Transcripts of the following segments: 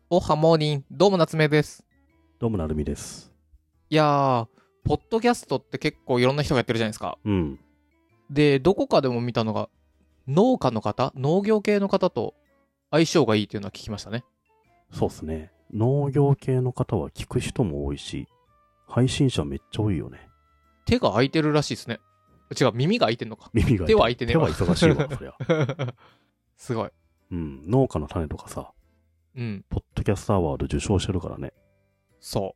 おはモーニン、どうも夏目です。 どうもなるみです。 いやー、ポッドキャストって結構いろんな人がやってるじゃないですか。 うん。 で、どこかでも見たのが、農家の方、農業系の方と相性がいいっていうのは聞きましたね。 そうっすね。農業系の方は聞く人も多いし、配信者めっちゃ多いよね。 手が空いてるらしいですね。違う、耳が空いてんのか。 耳が手は空いてねえわ。 手は忙しいわ、そりゃ。 すごい。 うん。農家の種とかさ、 うん。 ポッドキャストアワード受賞してるからね。 そう。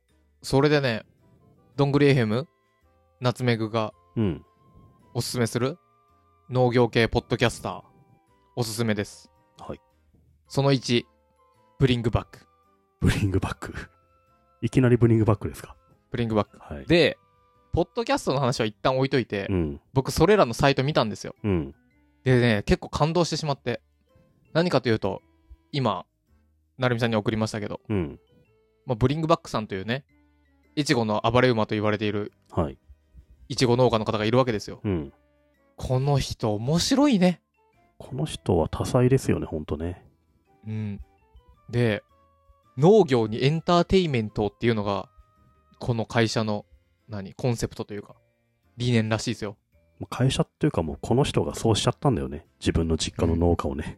それでね、どんぐりエヘム、夏目ぐがうん。 おすすめする農業系ポッドキャスター、おすすめです。 はい。 その1、ブリングバック。 ブリングバック。いきなりブリングバックですか。 ブリングバック。 はい。 で、ポッドキャストの話は一旦置いといて、 うん。 僕それらのサイト見たんですよ。 うん。 でね、結構感動してしまって。何かというと、今、なるみさんに送りましたけど、 うん。 ブリングバックさんというね、いちごの暴れ馬と言われているはい。 いちご農家の方がいるわけですよ。 うん。 この人面白いね。 この人は多彩ですよね、ほんとね。 うん。で、農業にエンターテイメントっていうのが、この会社の、コンセプトというか、理念らしいですよ。 会社っていうかもうこの人がそうしちゃったんだよね。自分の実家の農家をね。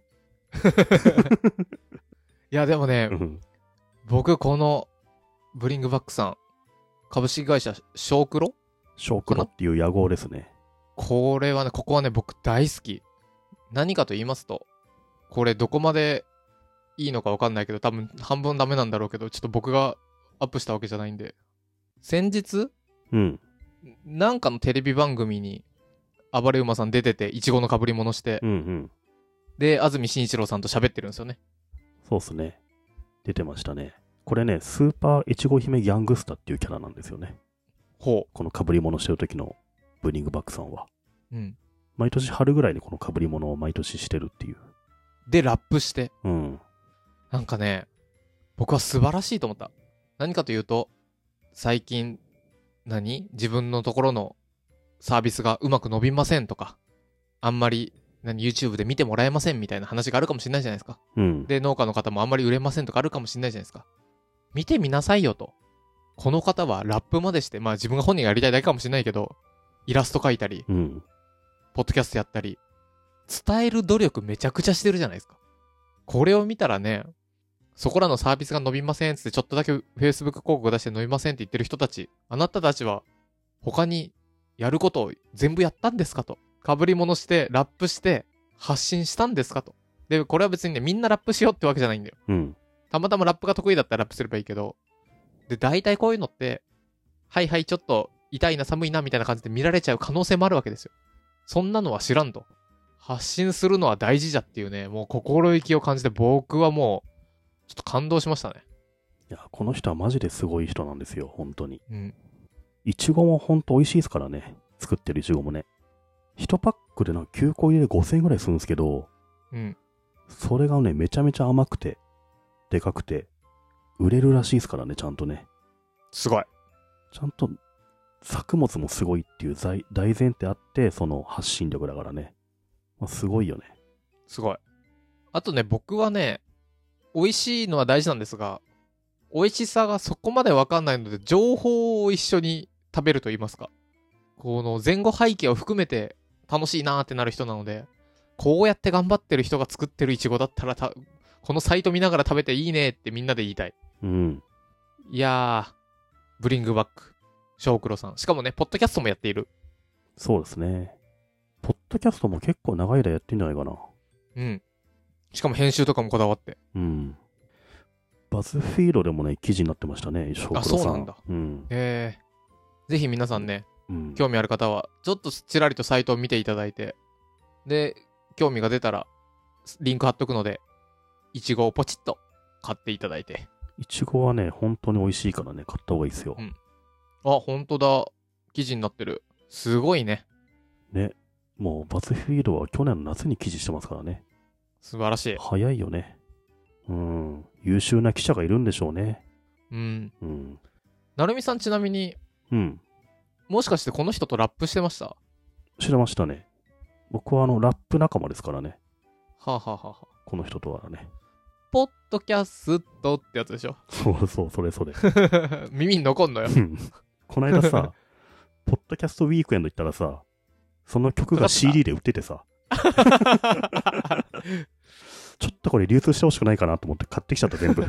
いや、でもねう、ん。 僕この、ブリングバックさん、株式会社、小黒小黒っていう野号ですね。 これはね、ここはね、僕大好き。何かと言いますと、これどこまでいいのかわかんないけど、多分半分ダメなんだろうけど、ちょっと僕がアップしたわけじゃないんで。先日、 うん。 なんかのテレビ番組に、暴れ馬さん出てて、イチゴの被り物して、 うんうん。 で、安住紳一郎さんと喋ってるんですよね。 そうっすね。出てましたね。これね、スーパーいちご姫ギャングスタっていうキャラなんですよね。 ほこの被り物してる時のブリングバックさんは。 う。うん。 毎年春ぐらいにこの被り物を毎年してるっていう。 で、ラップして、 うん。 なんかね、僕は素晴らしいと思った。何かというと、最近、自分のところのサービスがうまく伸びませんとか、あんまり、YouTube で見てもらえませんみたいな話があるかもしれないじゃないですか。 うん。 で、農家の方もあんまり売れませんとかあるかもしれないじゃないですか。見てみなさいよと。この方はラップまでして、自分が本人がやりたいだけかもしれないけど、イラスト描いたり、 うん。 ポッドキャストやったり、伝える努力めちゃくちゃしてるじゃないですか。これを見たらね、そこらのサービスが伸びませんつってちょっとだけ Facebook 広告出して伸びませんって言ってる人たち、あなたたちは他にやることを全部やったんですかと。被り物して、ラップして、発信したんですかと。で、これは別にね、みんなラップしようってわけじゃないんだよ。 うん。 たまたまラップが得意だったらラップすればいいけど、で、大体こういうのって、はいはい、ちょっと痛いな、寒いな、みたいな感じで見られちゃう可能性もあるわけですよ。そんなのは知らんと。発信するのは大事じゃっていうね、もう心意気を感じて僕はもう、ちょっと感動しましたね。 いや、この人はマジですごい人なんですよ、本当に。 うん。 いちごもほんと美味しいですからね。作ってるいちごもね。1パックでなんか9個入れで5000円ぐらいするんですけど、 うん。 それがね、めちゃめちゃ甘くて、でかくて、売れるらしいですからね、ちゃんとね。 すごい。 ちゃんと、作物もすごいっていう大前提あって、その発信力だからね。すごいよね。 すごい。あとね、僕はね、美味しいのは大事なんですが、美味しさがそこまでわかんないので、情報を一緒に食べると言いますか。この前後背景を含めて楽しいなーってなる人なので、こうやって頑張ってる人が作ってるイチゴだったらこのサイト見ながら食べていいねってみんなで言いたい。 うん。 いやー、ブリングバック、小黒さん。しかもね、ポッドキャストもやっている。 そうですね。ポッドキャストも結構長い間やってんじゃないかな。 うん。しかも編集とかもこだわって。 うん。バズフィードでもね、記事になってましたね、小黒さん。 そうなんだ。 うん。 ぜひ皆さんね、 うん。 興味ある方は、ちょっとちらりとサイトを見ていただいて、で、興味が出たら、リンク貼っとくので、いちごをポチッと買っていただいて。 いちごはね、本当に美味しいからね、買った方がいいですよ。 あ、ほんとだ。記事になってる。すごいね。 ね。もうバズフィードは去年の夏に記事してますからね。 素晴らしい。 早いよね。うん。優秀な記者がいるんでしょうね。 うん。 うん。 なるみさんちなみに、 うん。 もしかしてこの人とラップしてました？ 知れましたね。僕はラップ仲間ですからね。 はあ、はあはあはあ、 この人とはね。 ポッドキャストってやつでしょ。 そうそう、それ。 耳に残んのよ。 うんこの間さ、ポッドキャストウィークエンド行ったらさ、その曲が CD で売っててさ、ちょっとこれ流通してほしくないかなと思って買ってきちゃった全部。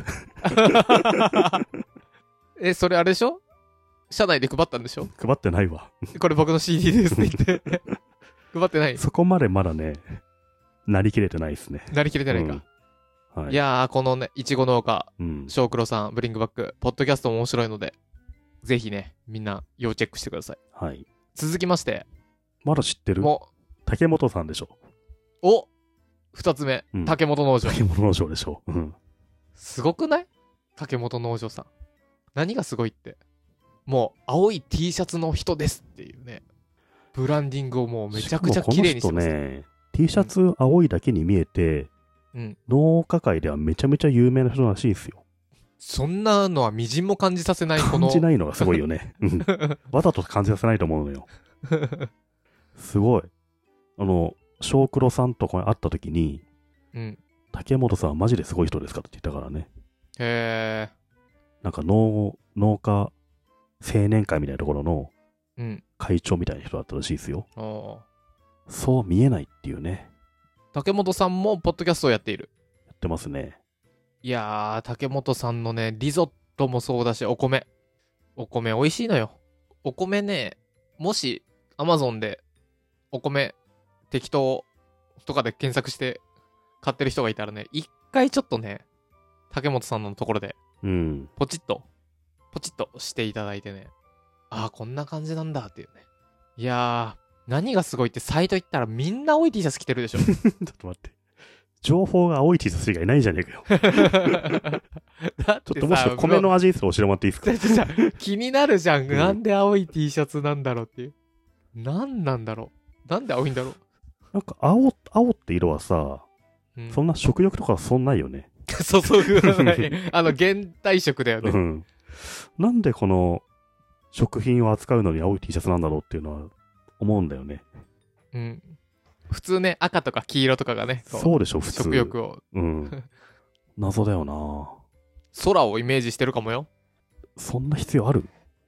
それあれでしょ？社内で配ったんでしょ？ 配ってないわ。 これ僕の CD ですって言って。配ってない？ そこまでまだね、なりきれてないですね。 なりきれてないか。 はい。 いやー、このね、いちご農家、 うん。 小黒さん、ブリングバック、ポッドキャストも面白いので、ぜひね、みんな要チェックしてください。 はい。 続きまして、 まだ知ってるも竹本さんでしょ。 う、二つ目、 うん竹本農場。 竹本農場でしょ。うん。 すごくない？竹本農場さん。何がすごいって、もう、青い T シャツの人ですっていうね、ブランディングをもうめちゃくちゃ綺麗にしてます。 この人ね、T シャツ青いだけに見えて、 うん。 農家界ではめちゃめちゃ有名な人らしいですよ。 そんなのはみじんも感じさせない、この。 感じないのがすごいよね。うんわざと感じさせないと思うのよ。すごい。小黒さんとこに会った時に、 うん。 竹本さんはマジですごい人ですかって言ったからね。 へなんか農家青年会みたいなところのー。うん。 会長みたいな人だったらしいですよ。 おーそう見えないっていうね。 竹本さんもポッドキャストをやっている。 やってますね。 いやー、竹本さんのね、リゾットもそうだし、お米。お米美味しいのよ。お米ね、もし、Amazon で、お米、適当とかで検索して買ってる人がいたらね、一回ちょっとね、竹本さんのところで、 うん。 ポチッとしていただいてね、あー、こんな感じなんだっていうね。いやー、何がすごいってサイト行ったらみんな青い T シャツ着てるでしょ。 ちょっと待って。情報が青い T シャツ以外ないじゃねえかよ。 だってちょっともしさ、 米の味すら教えてもらっていいですか？ 気になるじゃん。 んなんで青い T シャツなんだろうっていう。なんなんだろう。なんで青いんだろう。 なんか青って色はさ、 うん、 そんな食欲とかそんないよね。 注ぐはない。現代食だよね。 うん。なんでこの食品を扱うのに青い T シャツなんだろうっていうのは思うんだよね。 うん。普通ね、赤とか黄色とかがね、 そうでしょ、普通。 食欲を。 うん。謎だよな。 空をイメージしてるかもよ。 そんな必要ある？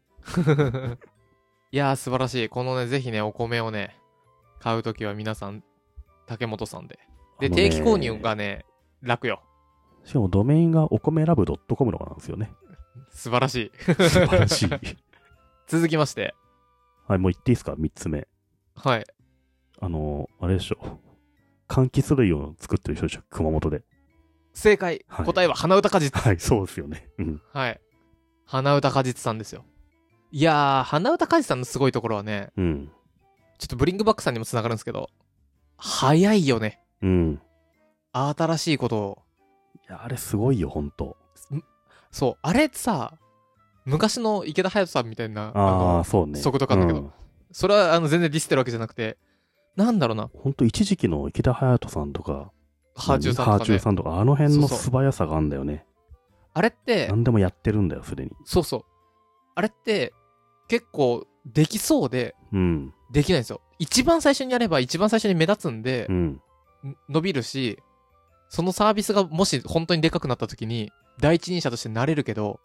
いやー、素晴らしい。このね、ぜひね、お米をね、買うときは皆さん、竹本さんで。で、定期購入がね、楽よ。 しかもドメインがお米ラブ .com のなんですよね。 素晴らしい。 素晴らしい。 続きまして。 はい、もう言っていいですか？ 3 つ目。 はい。 あれでしょ。柑橘類を作ってる人でしょ、熊本で。 正解。 はい答えは花歌果実。 はい、そうですよね。うん。 はい。花歌果実さんですよ。いやー、花歌果実さんのすごいところはね、 うん。 ちょっとブリングバックさんにもつながるんですけど、早いよね。 うん。 新しいことを。 いや、あれすごいよ、ほんと。 そう、あれさ、昔の池田隼人さんみたいな、 ああ、そうね。 速度感だけど、 うんそれは全然ディスってるわけじゃなくて、なんだろうな、 ほんと一時期の池田隼人さんとか、 ハーチューさんハーとかね。 チューさんとか、あの辺のそうそう素早さがあるんだよね。 あれって、 何でもやってるんだよ、すでに。 そうそう。あれって、結構、できそうで、 うん。 できないんですよ。一番最初にやれば一番最初に目立つんでう、ん。 伸びるし、そのサービスがもし本当にでかくなった時に、第一人者としてなれるけど、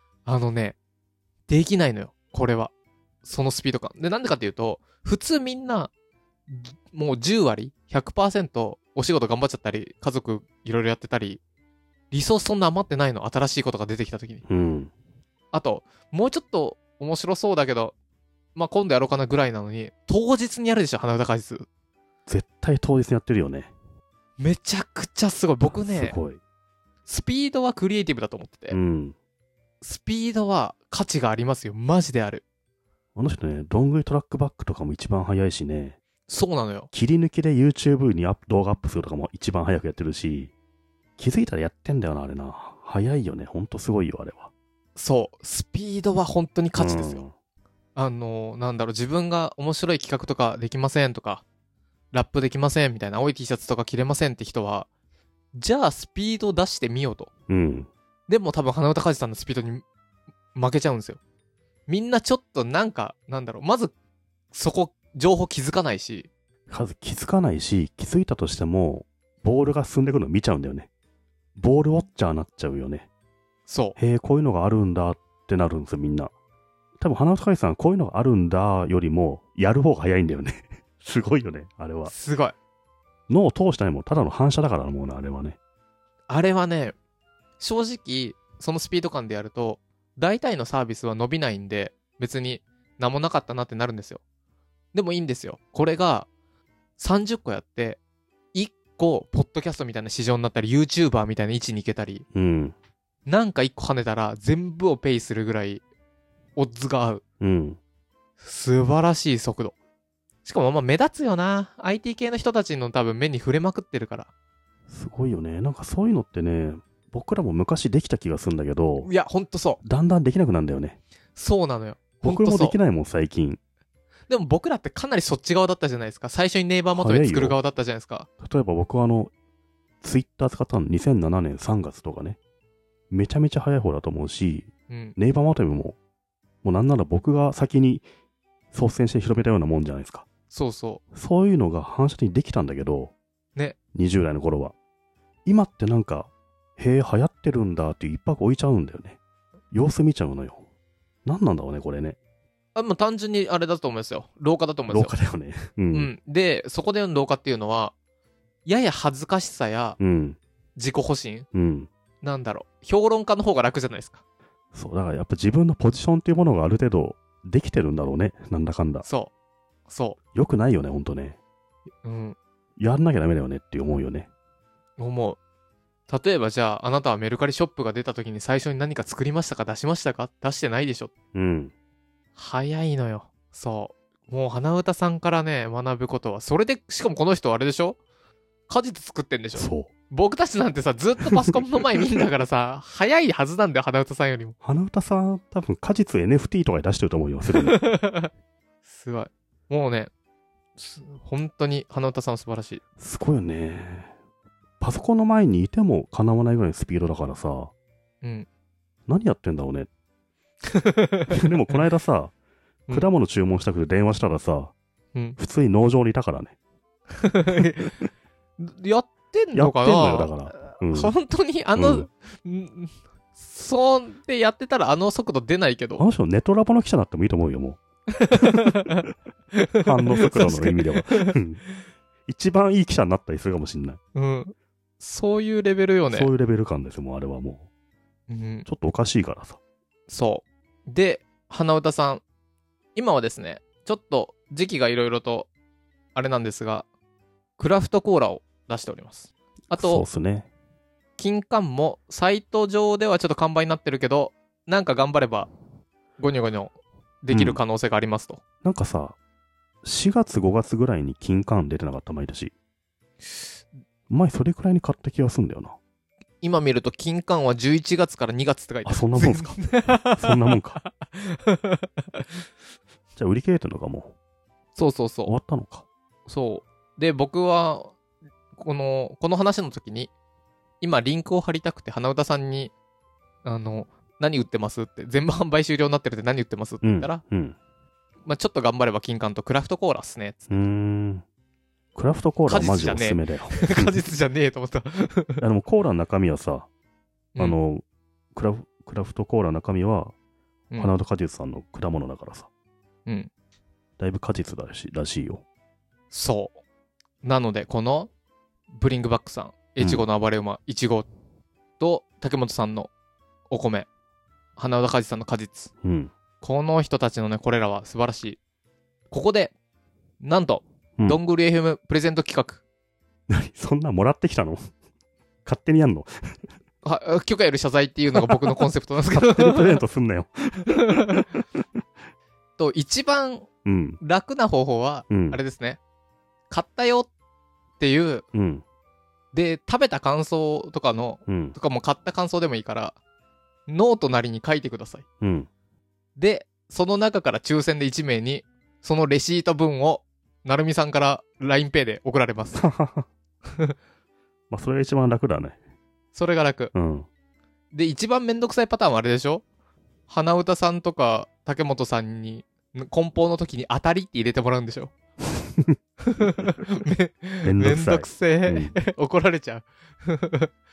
できないのよ、これは。そのスピード感。で、なんでかっていうと、普通みんな、もう10割、100% お仕事頑張っちゃったり、家族いろいろやってたり、リソースそんな余ってないの、新しいことが出てきた時に。 うん。 あと、もうちょっと面白そうだけど、まあ、今度やろうかなぐらいなのに、当日にやるでしょ、花歌果実。 絶対当日にやってるよね。 めちゃくちゃすごい。僕ねす、ごい。 スピードはクリエイティブだと思ってて、 うん。 スピードは価値がありますよ。マジである。 あの人ね、どんぐりトラックバックとかも一番早いしね、 そうなのよ。 切り抜きで YouTube に動画アップするとかも一番早くやってるし、気づいたらやってんだよな、あれな。早いよね。ほんとすごいよ、あれは。 そう。スピードは本当に価値ですよ。なんだろう、自分が面白い企画とかできませんとか、ラップできませんみたいな、青い T シャツとか着れませんって人は、じゃあスピード出してみようと。 うん。 でも多分花歌果実さんのスピードに負けちゃうんですよ。みんなちょっとなんか、なんだろう、まずそこ、情報気づかないし、 気づかないし、気づいたとしても、ボールが進んでくるの見ちゃうんだよね。 ボールウォッチャーになっちゃうよね。 そへえ、こういうのがあるんだってなるんですよ、みんな。多分、花高さん、こういうのがあるんだよりも、やる方が早いんだよね。すごいよね、あれう。 は。 すごい。 脳を通したいもん、ただの反射だからもうな、あれはね。 あれはね、正直、そのスピード感でやると、大体のサービスは伸びないんで、別に何もなかったなってなるんですよ。でもいいんですよ。これが30個やって、1個、ポッドキャストみたいな市場になったり、YouTuber みたいな位置に行けたり、 うん。 なんか1個跳ねたら全部をペイするぐらい、オッズが合う。 うん。 素晴らしい速度。しかもまあ目立つよな。IT 系の人たちの多分目に触れまくってるから。 すごいよね。なんかそういうのってね、僕らも昔できた気がするんだけど、 いや、ほんとそう。 だんだんできなくなるんだよね。 そうなのよ。 僕もほんとそうできないもん、最近。 でも僕らってかなりそっち側だったじゃないですか。最初にネイバーまとめ作る側だったじゃないですか。 例えば僕はツイッター使ったの2007年3月とかね。めちゃめちゃ早い方だと思うし、 うん。 ネイバーまとめもなんなら僕が先に率先して広めたようなもんじゃないですか。 そうそそういうのが反射的にできたんだけど、 ね。 20代の頃は。今ってなんか、へえ、流行ってるんだっていう一泊置いちゃうんだよね。様子見ちゃうのよ。何なんだろうね、これね。 もう単純にあれだと思いますよ。老化だと思いま廊すよ。 下だよね。うん。 うん。で、そこでの老化っていうのは、やや恥ずかしさやうん。 自己保身うん。 なんだろう。評論家の方が楽じゃないですか。 そう、だからやっぱ自分のポジションっていうものがある程度できてるんだろうね。なんだかんだ。 そう。そよくないよね、ほんとね。 う。うん。 やんなきゃダメだよねって思うよね。 思う。例えばじゃあ、あなたはメルカリショップが出た時に最初に何か作りましたか出しましたか出してないでしょ。 うん。 早いのよ。そう。もう花歌さんからね、学ぶことは。それで、しかもこの人あれでしょ果実作ってんでしょそう。 僕たちなんてさ、ずっとパソコンの前見んだからさ、早いはずなんだよ、花歌さんよりも。 花歌さん、多分果実 NFT とかで出してると思うよ、すでに。 すごい。もうね、本当に花歌さん素晴らしい。 すごいよね。パソコンの前にいても叶わないぐらいのスピードだからさ、 うん。 何やってんだろうね。でもこの間さ、 うん果物注文したくて電話したらさ、 うん。 普通に農場にいたからね。 やってんやってんのかなのよ、だから。うん。 本当にそうでやってたらあの速度出ないけど。 あの人ネトラボの記者になってもいいと思うよ、もう。反応速度の意味では。うん一番いい記者になったりするかもしんない。 うん。そういうレベルよね。 そういうレベル感ですよ、もうあれはもうんう。ちょっとおかしいからさ。 そう。で、花歌さん。今はですね、ちょっと時期がいろいろと、あれなんですが、クラフトコーラを出しております。あとそうっ、すね。 金柑もサイト上ではちょっと完売になってるけど、なんか頑張れば、ゴニョゴニョできる可能性がありますと。 なんかさ、4月5月ぐらいに金柑出てなかった、毎年。前それくらいに買った気がするんだよな。 今見ると金柑は11月から2月って書いてある。 あ、そんなもんすか。そんなもんか。じゃあ売り切れてるのかもそうそうそう。 終わったのか。 そう。で、僕は、この話の時に、今リンクを貼りたくて、花歌さんに、何売ってますって、全部販売終了になってるって何売ってますって言ったら、 うん。 まあちょっと頑張れば金柑とクラフトコーラっすね。 クラフトコーラはマジおすすめだよ。 果実じゃねえと思った。 でもコーラの中身はさ、 うんクラフトコーラの中身は、 うん花と果実さんの果物だからさ。 うん。 だいぶ果実らしいよ。 そう。なので、この、ブリングバックさん、越後の暴れ馬、いちごと、竹本さんのお米、花田果実さんの果実。 うん。 この人たちのね、これらは素晴らしい。ここで、なんと、 うんどんぐり FM プレゼント企画。 何そんなもらってきたの勝手にやんの許可より謝罪っていうのが僕のコンセプトなんですけど。 勝手にプレゼントすんなよ。 と、一番うん。 楽な方法は、 うん。 あれですね。買ったよっていう、 うん。 で、食べた感想とかの、 うん。 とかも買った感想でもいいから、ノートなりに書いてください。 うん。 で、その中から抽選で1名に、そのレシート分を、なるみさんから LINEPay で送られます。 まあ、それが一番楽だね。 それが楽。 うん。 で、一番めんどくさいパターンはあれでしょ花歌さんとか竹本さんに、梱包の時に当たりって入れてもらうんでしょめんどくさいめんどくせえ。怒られちゃう。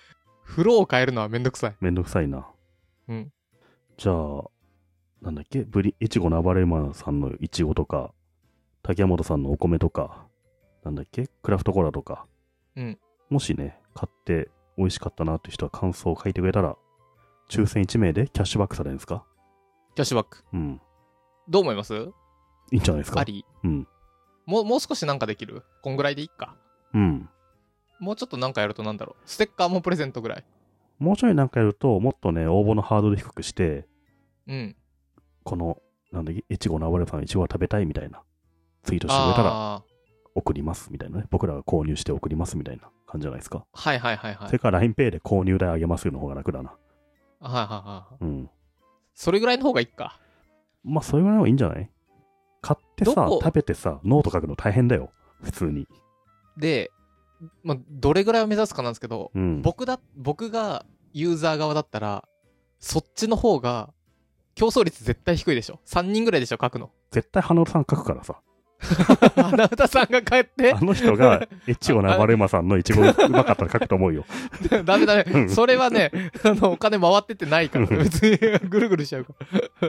風呂を変えるのはめんどくさい。 めんどくさいな。 うん。 じゃあ、なんだっけ、いちごの暴れ馬さんのいちごとか、竹本さんのお米とか、なんだっけ、クラフトコーラとか。 うん。 もしね、買って美味しかったなっていう人は感想を書いてくれたら、抽選1名でキャッシュバックされるんですか？ キャッシュバック。 うん。 どう思います？ いいんじゃないですか？ あり？ うん。 もう少しなんかできる？こんぐらいでいいか。 うん。 もうちょっとなんかやるとなんだろう。ステッカーもプレゼントぐらい。 もうちょいなんかやると、もっとね、応募のハードル低くして、 うん。 この、なんだ、いちごの暴れ馬さんのいちごが食べたいみたいな、ツイートしてくれたら、 あ送りますみたいなね。僕らが購入して送りますみたいな感じじゃないですか。 はいはいはいはい。 それから LINEPay で購入代あげますよの方が楽だな。 はいはいはい。 うん。 それぐらいの方がいいか。 まあ、それぐらいはいいんじゃない？買ってさ、食べてさ、ノート書くの大変だよ。普通に。 で、まあ、どれぐらいを目指すかなんですけど、 うん。 僕がユーザー側だったら、そっちの方が、競争率絶対低いでしょ。3人ぐらいでしょ、書くの。 絶対花尾さん書くからさ。 花歌さんが帰ってあの人が、越後の暴れ馬さんのいちごうまかったら書くと思うよ。 ダメダメ。 うんそれはね、お金回ってってないから、別にぐるぐるしちゃうから。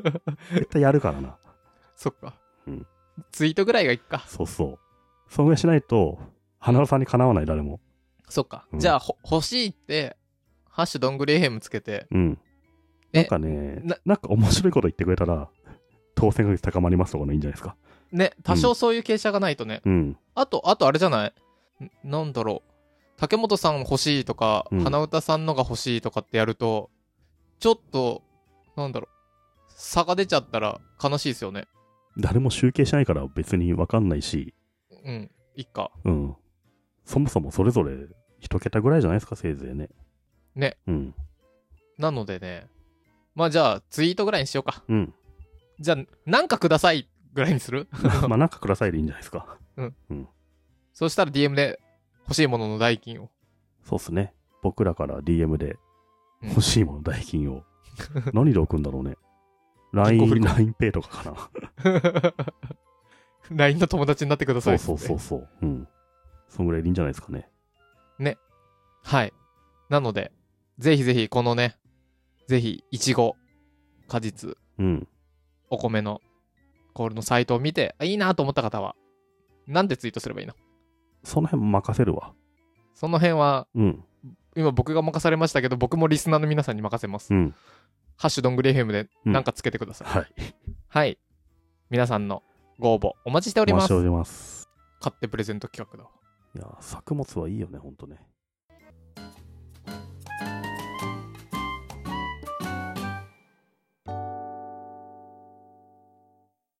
絶対やるからな。 そっか。 うん。 ツイートぐらいがいっか。 そうそう。そんぐらいしないと、花尾さんにかなわない、誰も。 そっか。 うんじゃあ、欲しいって、ハッシュどんぐり FM つけて、 うん。なんかね、なんか面白いこと言ってくれたら、当選確率高まりますとかのいいんじゃないですか。 ね、多少そういう傾斜がないとね。 うん。 あとあれじゃない？なんだろう。竹本さん欲しいとか、 うん花歌さんのが欲しいとかってやると、ちょっと、なんだろう。差が出ちゃったら悲しいですよね。 誰も集計しないから別にわかんないし、 うん。いっか。 うん。そもそもそれぞれ一桁ぐらいじゃないですか、せいぜいね。 ね。 うん。 なのでね。まあじゃあ、ツイートぐらいにしようか。 うん。 じゃあ、なんかくださいぐらいにする？ まあなんかくださいでいいんじゃないですか。 そうしたら DM で欲しいものの代金を。 そうっすね。僕らから DM でうん欲しいもの代金を。何で送るんだろうね。 銀行振り込み LINEPay とかかな。 LINE の友達になってくださいそうっつって。 そうそうそう。うん。そんぐらいでいいんじゃないですかね。 はい。なので、ぜひぜひこのね、ぜひ、いちご、果実、 うん。 お米の、これのサイトを見て、いいなと思った方は、なんでツイートすればいいの？ その辺任せるわ。 その辺は、 うん。 今僕が任されましたけど、僕もリスナーの皆さんに任せます。 うん。 ハッシュどんぐり FM でなんかつけてください。 はい。 はい。皆さんのご応募お待ちしております。 お待ちしております。 買ってプレゼント企画だわ。 いや、作物はいいよね、ほんとね。